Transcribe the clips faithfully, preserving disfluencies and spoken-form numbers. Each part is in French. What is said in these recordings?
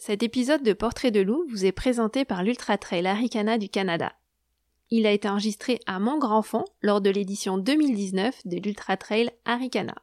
Cet épisode de Portrait de loup vous est présenté par l'Ultra Trail Arikana du Canada. Il a été enregistré à Mont-Grand-Fond lors de l'édition deux mille dix-neuf de l'Ultra Trail Arikana.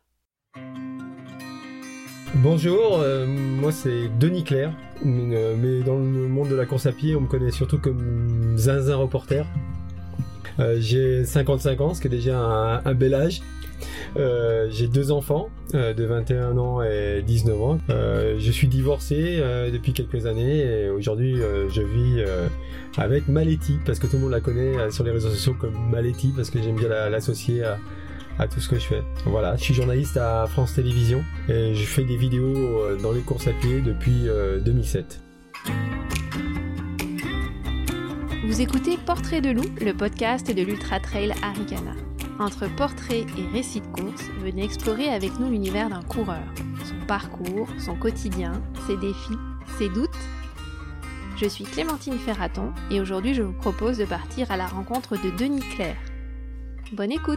Bonjour, euh, moi c'est Denis Clair, euh, mais dans le monde de la course à pied, on me connaît surtout comme Zinzin Reporter. Euh, j'ai cinquante-cinq ans, ce qui est déjà un, un bel âge. Euh, j'ai deux enfants euh, de vingt et un ans et dix-neuf ans. Euh, je suis divorcé euh, depuis quelques années et aujourd'hui euh, je vis euh, avec Maletti, parce que tout le monde la connaît euh, sur les réseaux sociaux comme Maletti, parce que j'aime bien la, l'associer à, à tout ce que je fais. Voilà, je suis journaliste à France Télévisions et je fais des vidéos euh, dans les courses à pied depuis euh, deux mille sept. Vous écoutez Portrait de loup, le podcast de l'Ultra Trail Arikana. Entre portraits et récits de course, venez explorer avec nous l'univers d'un coureur, son parcours, son quotidien, ses défis, ses doutes. Je suis Clémentine Ferraton et aujourd'hui je vous propose de partir à la rencontre de Denis Clair. Bonne écoute!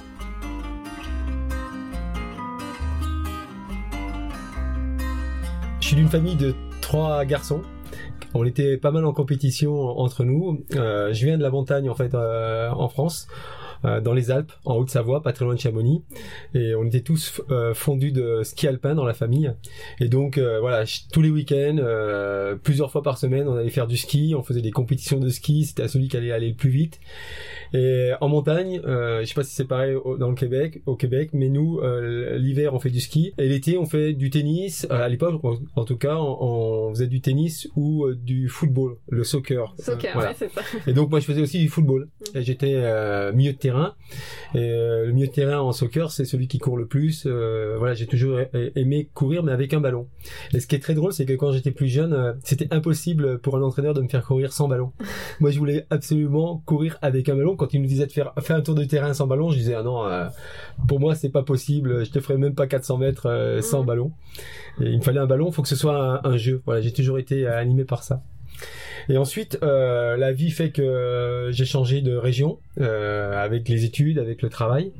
Je suis d'une famille de trois garçons. On était pas mal en compétition entre nous. Euh, je viens de la montagne en fait euh, en France. Euh, dans les Alpes, en Haute-Savoie, pas très loin de Chamonix, et on était tous euh, fondus de ski alpin dans la famille, et donc euh, voilà, ch- tous les week-ends, euh, plusieurs fois par semaine, on allait faire du ski, on faisait des compétitions de ski, c'était à celui qui allait aller le plus vite. Et en montagne, euh, je sais pas si c'est pareil au, dans le Québec, au Québec, mais nous, euh, l'hiver, on fait du ski, et l'été, on fait du tennis. Euh, à l'époque, en, en tout cas, on, on faisait du tennis ou euh, du football, le soccer. Soccer, euh, voilà. Ouais, c'est ça. Et donc moi, je faisais aussi du football. Et j'étais euh, milieu de terrain. Et euh, le milieu de terrain en soccer, c'est celui qui court le plus. Euh, voilà, j'ai toujours aimé courir, mais avec un ballon. Et ce qui est très drôle, c'est que quand j'étais plus jeune, euh, c'était impossible pour un entraîneur de me faire courir sans ballon. Moi, je voulais absolument courir avec un ballon. Quand il nous disait de faire, faire un tour de terrain sans ballon, je disais ah non, euh, pour moi c'est pas possible. Je te ferai même pas quatre cents mètres euh, sans mmh. ballon. Et il me fallait un ballon. Il faut que ce soit un, un jeu. Voilà, j'ai toujours été animé par ça. Et ensuite, euh, la vie fait que euh, j'ai changé de région euh, avec les études, avec le travail.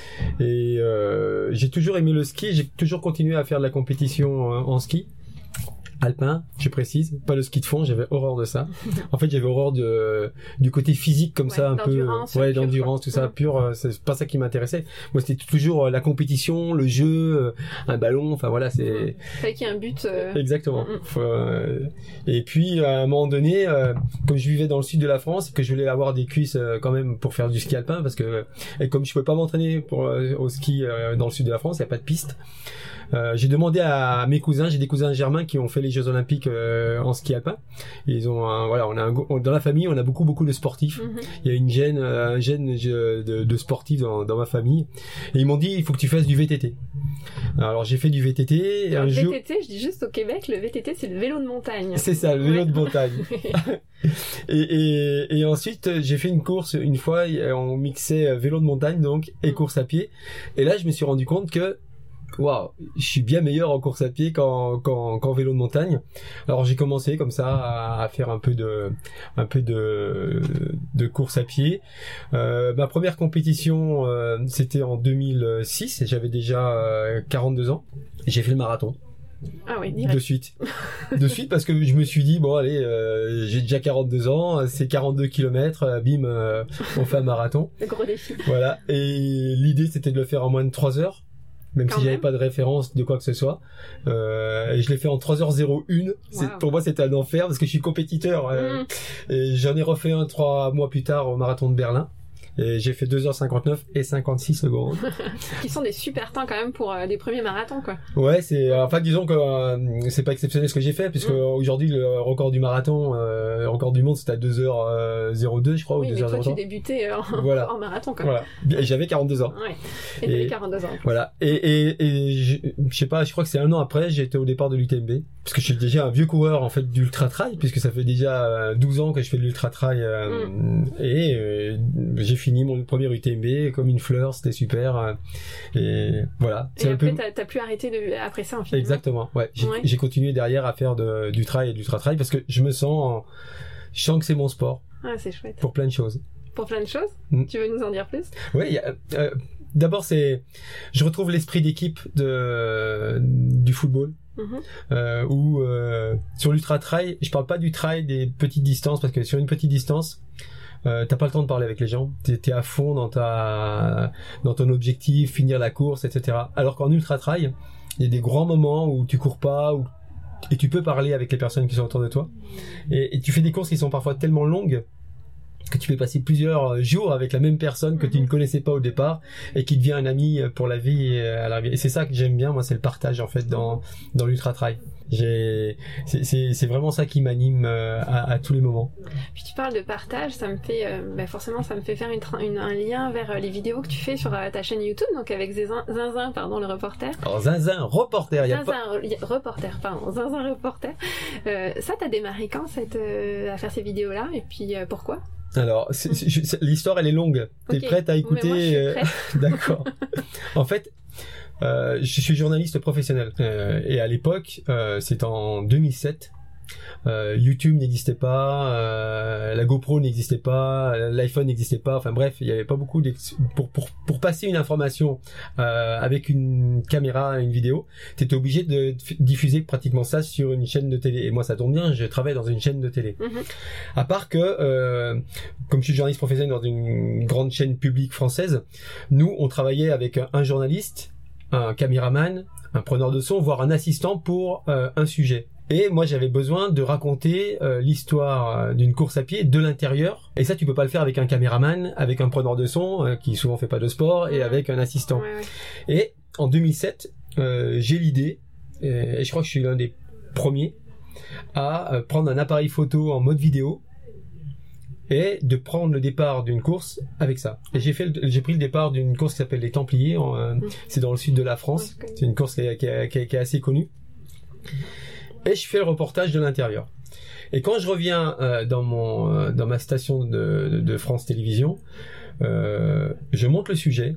Et euh, j'ai toujours aimé le ski. J'ai toujours continué à faire de la compétition en, en ski alpin, je précise, pas le ski de fond, j'avais horreur de ça. En fait, j'avais horreur de du côté physique comme ouais, ça, un peu, ouais, d'endurance, tout ça, mmh. pur. C'est pas ça qui m'intéressait. Moi, c'était toujours la compétition, le jeu, un ballon. Enfin voilà, c'est. Fallait qu'il y ait un but. Euh... Exactement. Mmh. Faut, euh... Et puis à un moment donné, euh, comme je vivais dans le sud de la France, et que je voulais avoir des cuisses euh, quand même pour faire du ski alpin, parce que et comme je pouvais pas m'entraîner pour euh, au ski euh, dans le sud de la France, il y a pas de piste. Euh, j'ai demandé à mes cousins, j'ai des cousins germains qui ont fait les Jeux Olympiques euh, en ski alpin. Et ils ont, un, voilà, on a un, on, dans la famille, on a beaucoup beaucoup de sportifs. Mm-hmm. Il y a une gène, un gène de, de sportifs dans, dans ma famille. Et ils m'ont dit, il faut que tu fasses du V T T. Alors j'ai fait du V T T. Alors, un le jour... V T T, je dis juste au Québec, le V T T c'est le vélo de montagne. C'est ça, le vélo ouais. de montagne. et, et, et ensuite j'ai fait une course une fois, on mixait vélo de montagne donc et mm. course à pied. Et là je me suis rendu compte que waouh, je suis bien meilleur en course à pied qu'en, qu'en, qu'en vélo de montagne. Alors j'ai commencé comme ça à, à faire un peu de, un peu de, de course à pied. Euh, ma première compétition, euh, c'était en deux mille six et j'avais déjà euh, quarante-deux ans. Et j'ai fait le marathon. Ah oui, direct. De suite. De suite parce que je me suis dit, bon allez, euh, j'ai déjà quarante-deux ans, c'est quarante-deux kilomètres, bim, euh, on fait un marathon. Le gros défi. Voilà. Et l'idée c'était de le faire en moins de trois heures. Même Quand si même. J'avais pas de référence de quoi que ce soit. Euh, et je l'ai fait en trois heures zéro un. Wow. C'est, pour moi, c'était un enfer parce que je suis compétiteur. Euh, mm. Et j'en ai refait un trois mois plus tard au marathon de Berlin. Et j'ai fait deux heures cinquante-neuf et cinquante-six secondes. Qui sont des super temps quand même pour euh, des premiers marathons, quoi. Ouais, c'est, enfin, disons que euh, c'est pas exceptionnel ce que j'ai fait, puisque mmh. aujourd'hui, le record du marathon, euh, le record du monde, c'était à deux heures zéro deux, je crois, oui, ou deux heures zéro trois. Oui, mais toi, tu débutais en, voilà. en marathon, quand même. Voilà. Et j'avais quarante-deux ans. Ouais. Et t'avais quarante-deux ans. Voilà. Et, et, et je, je sais pas, je crois que c'est un an après, j'ai été au départ de l'U T M B. Parce que je suis déjà un vieux coureur, en fait, d'ultra trail, puisque ça fait déjà douze ans que je fais de l'ultra trail, euh, mmh. et euh, j'ai fini mon premier U T M B comme une fleur, c'était super. Et voilà. Et après, peu... t'as, t'as plus arrêté de... après ça, en fait. Exactement, ouais. J'ai, ouais. j'ai continué derrière à faire de, du trail et du ultra trail parce que je me sens, je sens que c'est mon sport. Ah, c'est chouette. Pour plein de choses. Pour plein de choses? Mm. Tu veux nous en dire plus? Ouais, y a, euh, d'abord, c'est, je retrouve l'esprit d'équipe de, du football. Mm-hmm. Euh, ou euh, sur l'ultra trail, je parle pas du trail des petites distances parce que sur une petite distance, euh, t'as pas le temps de parler avec les gens. T'es, t'es à fond dans ta, dans ton objectif, finir la course, et cetera. Alors qu'en ultra trail, il y a des grands moments où tu cours pas, où, et tu peux parler avec les personnes qui sont autour de toi. Et, et tu fais des courses qui sont parfois tellement longues que tu peux passer plusieurs jours avec la même personne que tu ne connaissais pas au départ et qui devient un ami pour la vie et à la vie. Et c'est ça que j'aime bien, moi, c'est le partage en fait dans dans l'ultra trail. J'ai c'est c'est c'est vraiment ça qui m'anime euh, à, à tous les moments. Puis tu parles de partage, ça me fait euh, bah forcément ça me fait faire une, une un lien vers euh, les vidéos que tu fais sur euh, ta chaîne YouTube, donc avec Zinzin, Zinzin pardon le reporter. Alors Zinzin reporter, il y a Zinzin pas y a, reporter pardon, Zinzin reporter. Euh, ça t'as démarré quand cette euh, à faire ces vidéos là et puis euh, pourquoi? Alors, c'est, c'est, l'histoire elle est longue. T'es okay. prête à écouter? Mais moi, je suis prête. euh... D'accord. En fait, euh, je suis journaliste professionnel euh, et à l'époque, euh, c'est en deux mille sept. Euh, YouTube n'existait pas, euh, la GoPro n'existait pas, l'iPhone n'existait pas. Enfin bref, il y avait pas beaucoup pour pour pour passer une information euh, avec une caméra, une vidéo. T'étais obligé de diffuser pratiquement ça sur une chaîne de télé. Et moi, ça tombe bien, je travaille dans une chaîne de télé. Mm-hmm. À part que, euh, comme je suis journaliste professionnel dans une grande chaîne publique française, nous, on travaillait avec un journaliste, un caméraman, un preneur de son, voire un assistant pour euh, un sujet. Et moi, j'avais besoin de raconter euh, l'histoire euh, d'une course à pied de l'intérieur. Et ça, tu peux pas le faire avec un caméraman, avec un preneur de son euh, qui souvent fait pas de sport, et avec un assistant. Ouais, ouais. Et en deux mille sept, euh, j'ai l'idée, et je crois que je suis l'un des premiers, à euh, prendre un appareil photo en mode vidéo et de prendre le départ d'une course avec ça. Et j'ai fait, le, j'ai pris le départ d'une course qui s'appelle les Templiers. En, euh, mmh. C'est dans le sud de la France. Ouais, c'est une course qui est, qui est, qui est, qui est assez connue. Et je fais le reportage de l'intérieur. Et quand je reviens euh, dans mon euh, dans ma station de, de, de France Télévisions, euh, je monte le sujet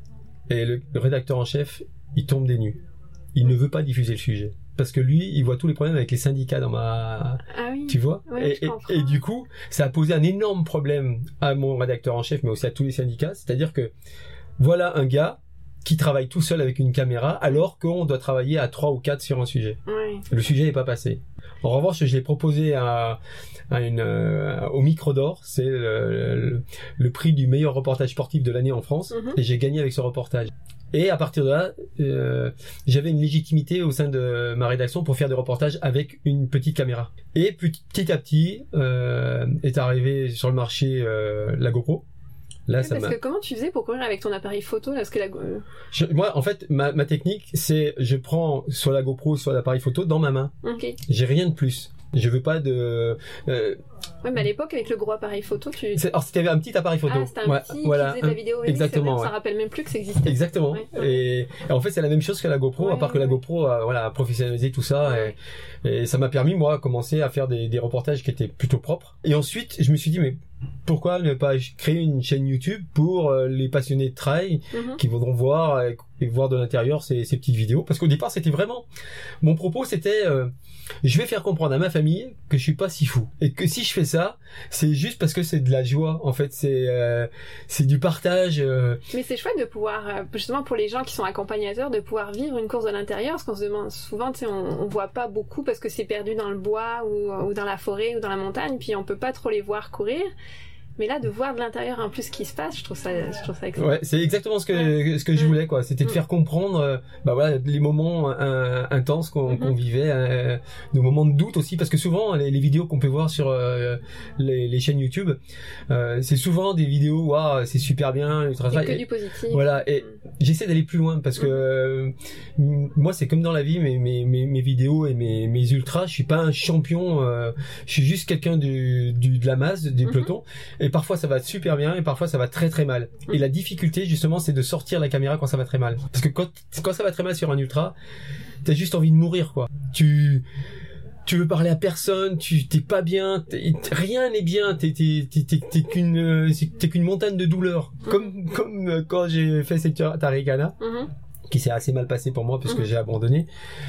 et le, le rédacteur en chef, il tombe des nues. Il ne veut pas diffuser le sujet parce que lui, il voit tous les problèmes avec les syndicats dans ma, ah oui. tu vois. Oui, et, et, et du coup, ça a posé un énorme problème à mon rédacteur en chef, mais aussi à tous les syndicats. C'est-à-dire que voilà un gars qui travaille tout seul avec une caméra alors qu'on doit travailler à trois ou quatre sur un sujet. Oui. Le sujet n'est pas passé. En revanche, je l'ai proposé à, à une, euh, au Micro d'Or, c'est le, le, le prix du meilleur reportage sportif de l'année en France, mm-hmm. et j'ai gagné avec ce reportage. Et à partir de là, euh, j'avais une légitimité au sein de ma rédaction pour faire des reportages avec une petite caméra. Et petit à petit, euh, est arrivé sur le marché euh, la GoPro. Là, oui, ça parce m'a... que comment tu faisais pour courir avec ton appareil photo là, parce que la... je, moi, en fait, ma, ma technique, c'est je prends soit la GoPro, soit l'appareil photo dans ma main. Okay. J'ai rien de plus. Je veux pas de. Euh... Ouais, mais à l'époque, avec le gros appareil photo, tu. C'est... Alors, c'était un petit appareil photo. Ah, c'était un ouais, petit voilà, qui faisait de la vidéo. Exactement. Oui, ouais. Ça rappelle même plus que ça existait. Exactement. Ouais, ouais. Et... et en fait, c'est la même chose que la GoPro, ouais, à part que ouais. la GoPro, euh, voilà, a professionnalisé tout ça, ouais. et... et ça m'a permis moi, à commencer à faire des, des reportages qui étaient plutôt propres. Et ensuite, je me suis dit, mais pourquoi ne pas créer une chaîne YouTube pour euh, les passionnés de trail mm-hmm. qui voudront voir euh, et voir de l'intérieur ces, ces petites vidéos, parce qu'au départ, c'était vraiment mon propos, c'était euh, je vais faire comprendre à ma famille que je suis pas si fou et que si je fais ça, c'est juste parce que c'est de la joie. En fait, c'est euh, c'est du partage. Euh... Mais c'est chouette de pouvoir, justement pour les gens qui sont accompagnateurs, de pouvoir vivre une course de l'intérieur, parce qu'on se demande souvent, tu sais, on, on voit pas beaucoup parce que c'est perdu dans le bois ou, ou dans la forêt ou dans la montagne, puis on peut pas trop les voir courir. Mais là, de voir de l'intérieur en plus ce qui se passe, je trouve ça, je trouve ça excellent. Ouais, c'est exactement ce que ouais. ce que je voulais, quoi. C'était de faire comprendre, euh, bah voilà, les moments euh, intenses qu'on, mm-hmm. qu'on vivait, euh, nos moments de doute aussi, parce que souvent les, les vidéos qu'on peut voir sur euh, les, les chaînes YouTube, euh, c'est souvent des vidéos, waouh, c'est super bien, ultra c'est que et, du positif. Voilà, et mm. j'essaie d'aller plus loin parce que euh, moi, c'est comme dans la vie, mes mes mes, mes vidéos et mes mes ultras, je suis pas un champion, euh, je suis juste quelqu'un du du de la masse, du mm-hmm. peloton. Et parfois ça va super bien et parfois ça va très très mal. Et la difficulté justement, c'est de sortir la caméra quand ça va très mal. Parce que quand quand ça va très mal sur un ultra, t'as juste envie de mourir, quoi. Tu tu veux parler à personne, tu t'es pas bien, t'es, rien n'est bien, t'es t'es t'es t'es, t'es qu'une t'es qu'une montagne de douleur. Mm-hmm. Comme comme quand j'ai fait cette Tarigana, mm-hmm. qui s'est assez mal passé pour moi puisque mm-hmm. j'ai abandonné.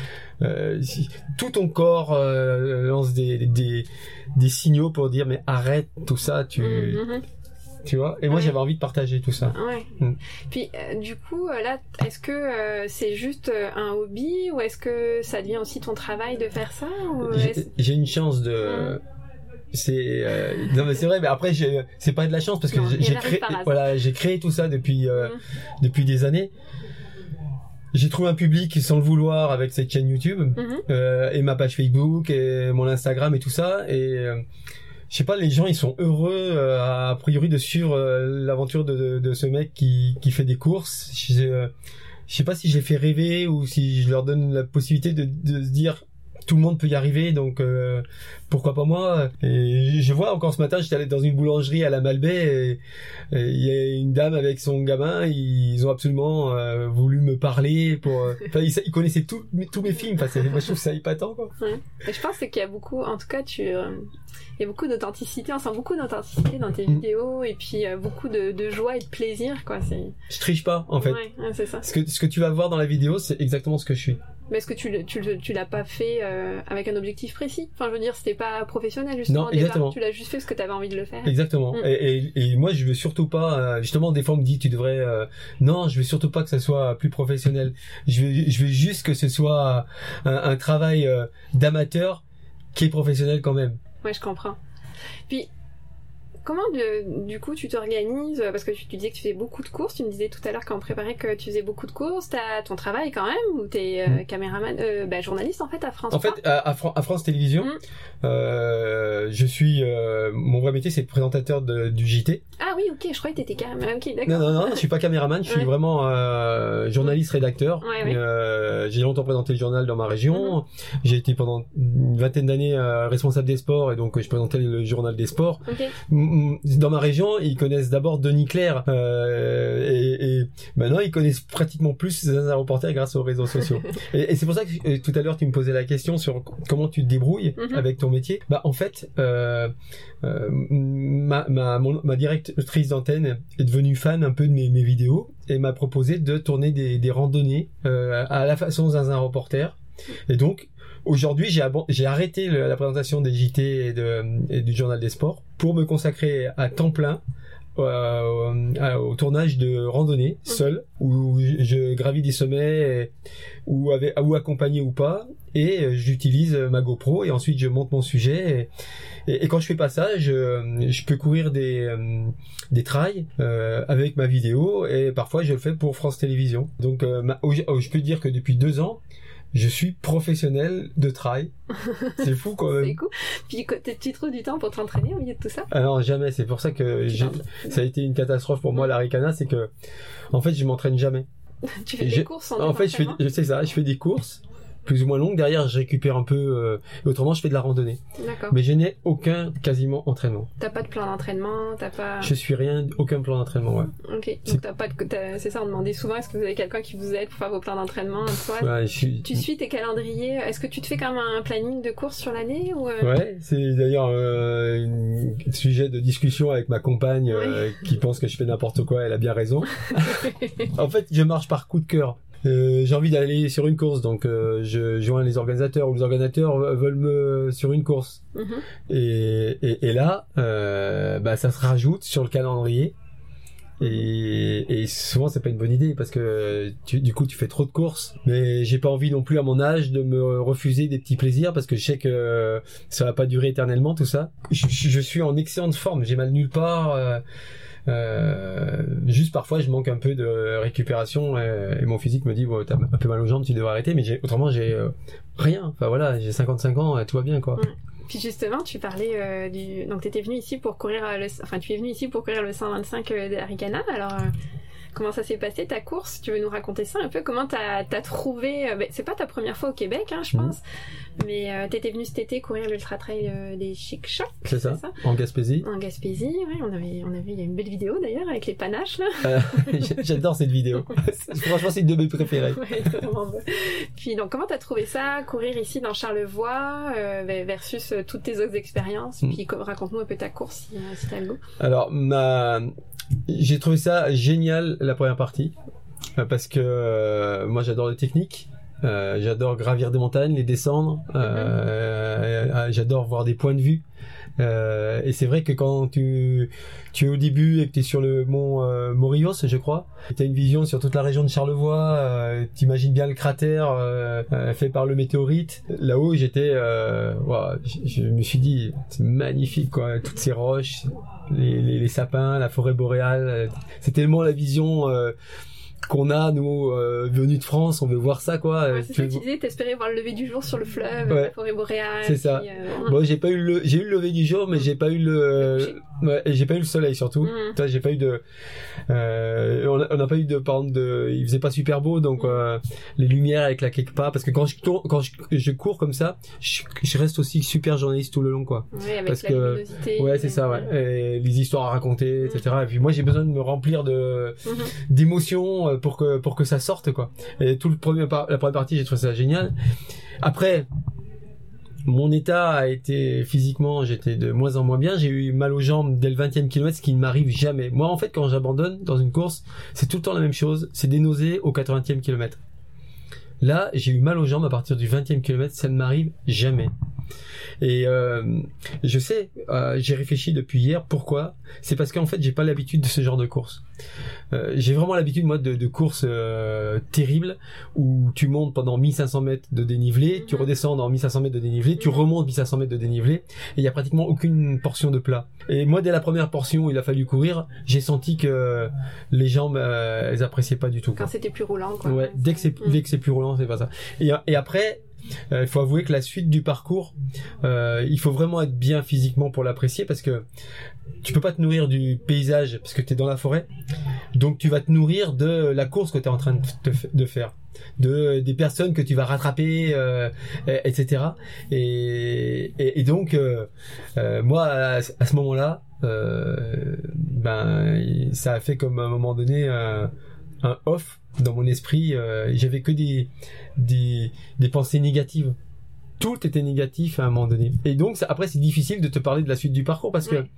Euh, si, tout ton corps euh, lance des, des des signaux pour dire mais arrête tout ça, tu mm-hmm. tu vois. Et moi, ouais. j'avais envie de partager tout ça. Ouais. Mm. Puis, euh, du coup, euh, là, est-ce que euh, c'est juste euh, un hobby ou est-ce que ça devient aussi ton travail de faire ça ou j'ai, j'ai une chance de... Mm. C'est euh, non mais c'est vrai, mais après j'ai, c'est pas de la chance parce que non, j'ai, j'ai créé voilà j'ai créé tout ça depuis euh, mm. depuis des années. J'ai trouvé un public sans le vouloir avec cette chaîne YouTube mm-hmm. euh, et ma page Facebook et mon Instagram et tout ça et euh, je sais pas, les gens ils sont heureux euh, a priori de suivre euh, l'aventure de, de de ce mec qui qui fait des courses. Je, euh, je sais pas si je les fais rêver ou si je leur donne la possibilité de de se dire tout le monde peut y arriver, donc euh, pourquoi pas moi. Et je vois encore ce matin, j'étais allé dans une boulangerie à la Malbaie et il y a une dame avec son gamin, ils ont absolument euh, voulu me parler pour. Enfin, ils, ils connaissaient tout, tous mes films. Enfin, c'est, moi je trouve ça épatant, quoi. Ouais. Et je pense qu'il y a beaucoup, en tout cas, tu, euh, il y a beaucoup d'authenticité. On sent beaucoup d'authenticité dans tes mmh. vidéos et puis euh, beaucoup de, de joie et de plaisir, quoi. C'est. Je triche pas, en fait. Ouais, ouais, c'est ça. Ce que ce que tu vas voir dans la vidéo, c'est exactement ce que je suis. Mais est-ce que tu, tu, tu l'as pas fait euh, avec un objectif précis? Enfin, je veux dire, c'était pas professionnel, justement, non, au départ. Exactement. Tu l'as juste fait parce que t'avais envie de le faire. Exactement. Mm. Et, et, et moi, je veux surtout pas, euh, justement, des fois, on me dit, tu devrais, euh, non, je veux surtout pas que ça soit plus professionnel. Je veux, je veux juste que ce soit un, un travail euh, d'amateur qui est professionnel quand même. Ouais, je comprends. Puis, comment de, du coup tu t'organises, parce que tu, tu disais que tu faisais beaucoup de courses, tu me disais tout à l'heure quand on préparait que tu faisais beaucoup de courses, t'as ton travail quand même, ou t'es euh, mmh. caméraman, euh, bah, journaliste en fait à France En fait, à, à, Fran- à France Télévisions, mmh. euh, je suis, euh, mon vrai métier c'est présentateur de, du J T. Ah oui, ok, je croyais que t'étais caméraman, ok, d'accord. Non, non, non, je suis pas caméraman, je suis ouais. vraiment euh, journaliste rédacteur. Ouais, ouais. Euh, j'ai longtemps présenté le journal dans ma région, mmh. j'ai été pendant une vingtaine d'années euh, responsable des sports et donc je présentais le journal des sports. Okay. Dans ma région, ils connaissent d'abord Denis Clair euh, et, et maintenant ils connaissent pratiquement plus Zaza Reporter grâce aux réseaux sociaux. et, et c'est pour ça que euh, tout à l'heure tu me posais la question sur comment tu te débrouilles mm-hmm. avec ton métier. Bah en fait, euh, euh, ma ma mon, ma directrice d'antenne est devenue fan un peu de mes, mes vidéos et m'a proposé de tourner des, des randonnées euh, à la façon Zaza Reporter. Et donc aujourd'hui, j'ai, ab- j'ai arrêté le, la présentation des J T et, de, et du journal des sports pour me consacrer à temps plein euh, à, au tournage de randonnée seul, où je gravis des sommets et, ou, avec, ou accompagné ou pas, et j'utilise ma GoPro et ensuite je monte mon sujet. Et, et, et quand je fais pas ça, je, je peux courir des, euh, des trails euh, avec ma vidéo et parfois je le fais pour France Télévisions. Donc euh, ma, je peux dire que depuis deux ans, je suis professionnel de trail. C'est fou quand même. C'est cool. Puis tu trouves du temps pour t'entraîner au milieu de tout ça? Alors jamais. C'est pour ça que j'ai... ça a été une catastrophe pour moi, la Ricana, c'est que en fait je m'entraîne jamais. Tu fais des je... courses en En fait, je fais, je sais ça. Je fais des courses plus ou moins longues. Derrière, je récupère un peu. Euh... Et autrement, je fais de la randonnée. D'accord. Mais je n'ai aucun quasiment entraînement. T'as pas de plan d'entraînement, t'as pas. Je suis rien, aucun plan d'entraînement, ouais. Ok. Donc c'est... t'as pas de, t'as... c'est ça. On demandait souvent, est-ce que vous avez quelqu'un qui vous aide pour faire vos plans d'entraînement? Toi, ouais, je suis... Tu suis tes calendriers. Est-ce que tu te fais quand même un planning de course sur l'année ou euh... Ouais, c'est d'ailleurs euh, un sujet de discussion avec ma compagne euh, oui. qui pense que je fais n'importe quoi. Elle a bien raison. En fait, je marche par coup de cœur. Euh, j'ai envie d'aller sur une course, donc euh, je joins les organisateurs ou les organisateurs veulent me sur une course. Mm-hmm. Et, et, et là, euh, bah ça se rajoute sur le calendrier. Et, et souvent c'est pas une bonne idée parce que tu, du coup tu fais trop de courses. Mais j'ai pas envie non plus à mon âge de me refuser des petits plaisirs parce que je sais que ça va pas durer éternellement tout ça. Je, je suis en excellente forme, j'ai mal nulle part. Euh, Euh, juste parfois je manque un peu de récupération et, et mon physique me dit bon t'as un peu mal aux jambes, tu devrais arrêter, mais j'ai, autrement j'ai euh, rien, enfin voilà, j'ai cinquante-cinq ans, tout va bien quoi. Ouais. Puis justement tu parlais euh, du donc t'étais venu ici pour courir le enfin tu es venu ici pour courir le cent vingt-cinq de la Ricana. Alors euh, comment ça s'est passé ta course? Tu veux nous raconter ça un peu? Comment t'as, t'as trouvé euh, ben, c'est pas ta première fois au Québec, hein, je pense, mmh. mais euh, t'étais venu cet été courir l'Ultra Trail euh, des Chic-Chocs. C'est ça, c'est ça. En Gaspésie. En Gaspésie, oui. On avait, on avait, il y a une belle vidéo d'ailleurs avec les panaches là. Euh, j'adore cette vidéo. Franchement, c'est une de mes préférées. Ouais, c'est vraiment beau. Puis donc, comment t'as trouvé ça, courir ici dans Charlevoix euh, versus euh, toutes tes autres expériences? Mmh. Puis raconte-nous un peu ta course si, si t'as le goût. Alors, ma j'ai trouvé ça génial la première partie parce que euh, moi j'adore les techniques Euh, j'adore gravir des montagnes, les descendre. Euh, mm-hmm. J'adore voir des points de vue. Euh, et c'est vrai que quand tu, tu es au début et que tu es sur le mont euh, Morios, je crois, tu as une vision sur toute la région de Charlevoix, euh, tu imagines bien le cratère euh, euh, fait par le météorite. Là-haut, j'étais... Euh, wow, je, je me suis dit, c'est magnifique, quoi, toutes ces roches, les, les, les sapins, la forêt boréale. C'est tellement la vision... Euh, qu'on a nous euh, venus de France, on veut voir ça quoi. Ouais, c'est ça que tu disais, t'espérais voir le lever du jour sur le fleuve, ouais. La forêt boréale. C'est ça. Puis, euh... Bon, j'ai pas eu le, j'ai eu le lever du jour, mais j'ai pas eu le, le ouais, et j'ai pas eu le soleil surtout. Mmh. Toi, j'ai pas eu de, euh, on, a, on a pas eu de, par exemple, de, il faisait pas super beau, donc mmh. euh, les lumières avec la quelque pas, parce que quand je tourne, quand je, je cours comme ça, je, je reste aussi super journaliste tout le long quoi. Ouais, avec parce la que, luminosité. Ouais, c'est ça, ouais. Et les histoires à raconter, mmh. et cetera. Et puis moi, j'ai besoin de me remplir de, mmh. d'émotions pour que pour que ça sorte quoi. Et tout le premier par- la première partie j'ai trouvé ça génial. Après mon état a été physiquement, j'étais de moins en moins bien, j'ai eu mal aux jambes dès le vingtième kilomètre, ce qui ne m'arrive jamais. Moi en fait quand j'abandonne dans une course, c'est tout le temps la même chose, c'est des nausées au quatre-vingtième kilomètre. Là, j'ai eu mal aux jambes à partir du vingtième kilomètre, ça ne m'arrive jamais. Et euh, je sais, euh, j'ai réfléchi depuis hier, pourquoi ? C'est parce qu'en fait, j'ai pas l'habitude de ce genre de course. Euh, j'ai vraiment l'habitude, moi, de, de courses euh, terribles, où tu montes pendant mille cinq cents mètres de dénivelé, tu redescends dans mille cinq cents mètres de dénivelé, tu remontes mille cinq cents mètres de dénivelé, et il y a pratiquement aucune portion de plat. Et moi, dès la première portion où il a fallu courir, j'ai senti que les jambes, euh, elles appréciaient pas du tout. Quand quoi. c'était plus roulant, quoi. Ouais, dès que c'est, mmh. dès que c'est plus roulant, c'est pas ça. Et, et après, il euh, faut avouer que la suite du parcours, euh, il faut vraiment être bien physiquement pour l'apprécier parce que tu peux pas te nourrir du paysage parce que tu es dans la forêt. Donc tu vas te nourrir de la course que tu es en train de, te, de faire, de des personnes que tu vas rattraper, euh, et, etc. Et, et, et donc euh, euh, moi à, à ce moment-là, euh, ben ça a fait comme à un moment donné un, un off dans mon esprit. Euh, j'avais que des des des pensées négatives. Tout était négatif à un moment donné. Et donc ça, après c'est difficile de te parler de la suite du parcours parce que ouais.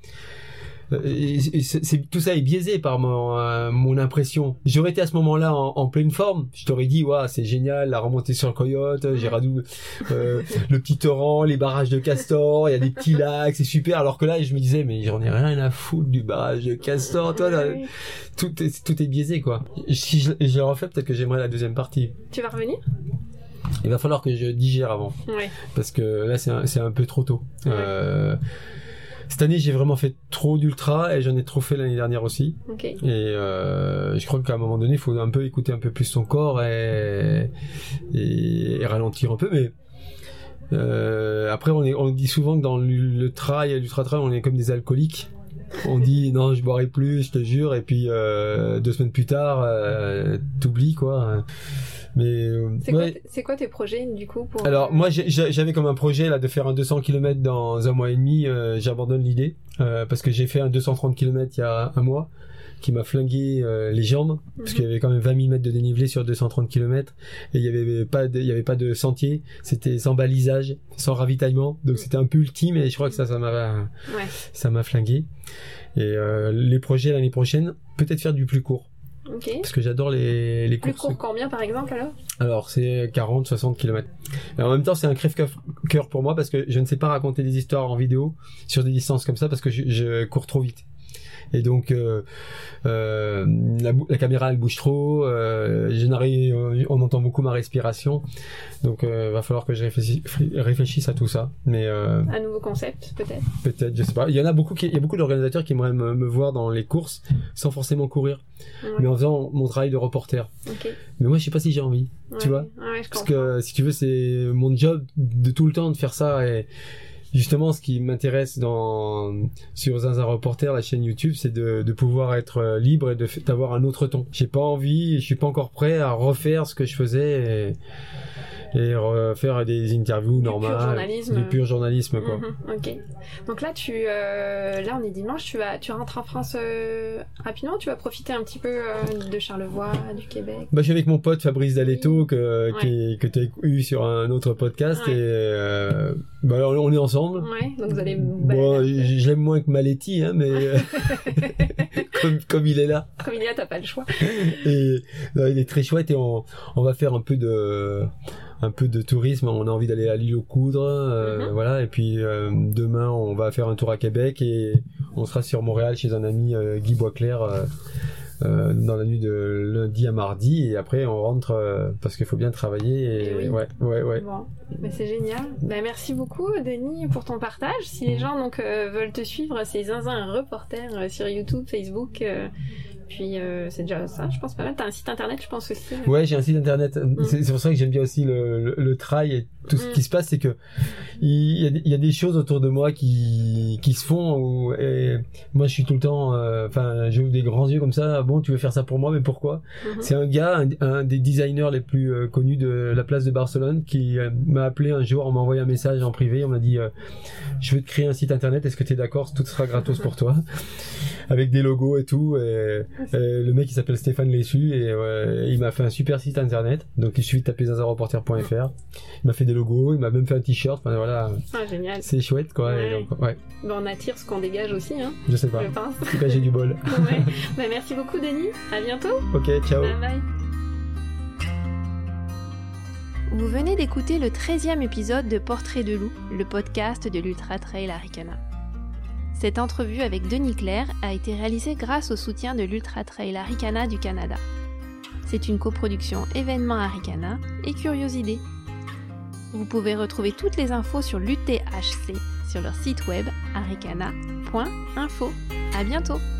Et c'est, c'est, tout ça est biaisé par mon, euh, mon impression. J'aurais été à ce moment-là en, en pleine forme, je t'aurais dit ouais c'est génial la remontée sur le Coyote, j'ai radou euh, le petit torrent, les barrages de Castor, il y a des petits lacs, c'est super. Alors que là je me disais mais j'en ai rien à foutre du barrage de Castor, toi là, tout est, tout est biaisé quoi. Si je, je le refais peut-être que j'aimerais la deuxième partie. Tu vas revenir ? Il va falloir que je digère avant, ouais. Parce que là c'est un, c'est un peu trop tôt. Ouais. Euh, Cette année, j'ai vraiment fait trop d'ultra et j'en ai trop fait l'année dernière aussi. Okay. Et euh, je crois qu'à un moment donné, il faut un peu écouter un peu plus son corps et, et, et ralentir un peu. Mais euh, après, on, est, on dit souvent que dans le trail et l'ultra trail, on est comme des alcooliques. On dit non, je boirai plus, je te jure. Et puis euh, deux semaines plus tard, euh, t'oublies quoi. Mais c'est, ouais. quoi, c'est quoi tes projets du coup pour... Alors moi j'ai, j'avais comme un projet là de faire un deux cents kilomètres dans un mois et demi. Euh, j'abandonne l'idée euh, parce que j'ai fait un deux cent trente kilomètres il y a un mois qui m'a flingué euh, les jambes mm-hmm. parce qu'il y avait quand même vingt mille mètres de dénivelé sur deux cent trente kilomètres et il y avait pas de, il y avait pas de sentier, c'était sans balisage, sans ravitaillement, donc mm-hmm. c'était un peu ultime et je crois que ça ça m'a ouais. ça m'a flingué. Et euh, les projets l'année prochaine, peut-être faire du plus court. Okay. Parce que j'adore les, les plus courses. Plus court combien par exemple alors ? Alors c'est quarante soixante kilomètres. Et en même temps c'est un crève-cœur pour moi parce que je ne sais pas raconter des histoires en vidéo sur des distances comme ça parce que je, je cours trop vite. Et donc euh, euh, la, la caméra elle bouge trop, euh, je n'arrive, on entend beaucoup ma respiration, donc euh, va falloir que je réfléchisse, réfléchisse à tout ça. Mais euh, un nouveau concept peut-être. Peut-être, je sais pas. Il y en a beaucoup, qui, il y a beaucoup d'organisateurs qui aimeraient me, me voir dans les courses sans forcément courir, ouais. mais en faisant mon travail de reporter. Okay. Mais moi je sais pas si j'ai envie, ouais. tu vois, ouais, je parce que si tu veux c'est mon job de tout le temps de faire ça et justement, ce qui m'intéresse dans sur Zinzin Reporter, la chaîne YouTube, c'est de, de pouvoir être libre et de d'avoir un autre ton. J'ai pas envie, je suis pas encore prêt à refaire ce que je faisais. et faire des interviews du normales, pur journalisme. du pur journalisme quoi. Mm-hmm, ok. Donc là tu, euh, là on est dimanche, tu vas, tu rentres en France euh, rapidement, tu vas profiter un petit peu euh, de Charlevoix, du Québec. Bah je suis avec mon pote Fabrice Daletto que ouais. qui, que tu as eu sur un autre podcast ouais. et euh, bah on est ensemble. Ouais. Donc vous allez. Bon, je, je l'aime moins que Maletti hein, mais comme comme il est là. Comme il est là, t'as pas le choix. Et non, il est très chouette et on on va faire un peu de un peu de tourisme, on a envie d'aller à l'île aux Coudres euh, mm-hmm. voilà, et puis euh, demain on va faire un tour à Québec et on sera sur Montréal chez un ami euh, Guy Boisclair euh, euh, dans la nuit de lundi à mardi et après on rentre euh, parce qu'il faut bien travailler et, et oui. ouais ouais ouais bon. Mais c'est génial. Ben, merci beaucoup Denis pour ton partage. Si les gens donc euh, veulent te suivre, c'est Zinzin Reporter euh, sur YouTube, Facebook euh, puis euh, c'est déjà ça, je pense pas mal. T'as un site internet, je pense aussi. Ouais, j'ai un site internet. Mm. C'est, c'est pour ça que j'aime bien aussi le, le, le trail et tout ce mm. qui se passe, c'est que il y a, il y a des choses autour de moi qui qui se font. Où, et moi, je suis tout le temps, enfin, euh, j'ouvre des grands yeux comme ça. Bon, tu veux faire ça pour moi, mais pourquoi mm-hmm. C'est un gars, un, un des designers les plus euh, connus de la place de Barcelone, qui euh, m'a appelé un jour, on m'a envoyé un message en privé, on m'a dit, euh, je veux te créer un site internet. Est-ce que t'es d'accord? Tout sera gratos pour toi, avec des logos et tout. Et, et le mec il s'appelle Stéphane Lessu et ouais, il m'a fait un super site internet, donc il suffit de taper zinzin reporter point f r. Il m'a fait des logos, il m'a même fait un t-shirt, enfin voilà. Ah, génial. C'est chouette quoi. Ouais. Et donc, ouais. Ben, on attire ce qu'on dégage aussi hein. Je sais pas. Je pense. En tout cas j'ai du bol. Ouais. Ben, merci beaucoup Denis, à bientôt. Ok, ciao. Bye bye. Vous venez d'écouter le treizième épisode de Portrait de loup, le podcast de l'Ultra Trail Arikana. Cette entrevue avec Denis Clair a été réalisée grâce au soutien de l'Ultra Trail Arikana du Canada. C'est une coproduction événement Arikana et Curiosidés. Vous pouvez retrouver toutes les infos sur l'U T H C sur leur site web arikana point info. À bientôt!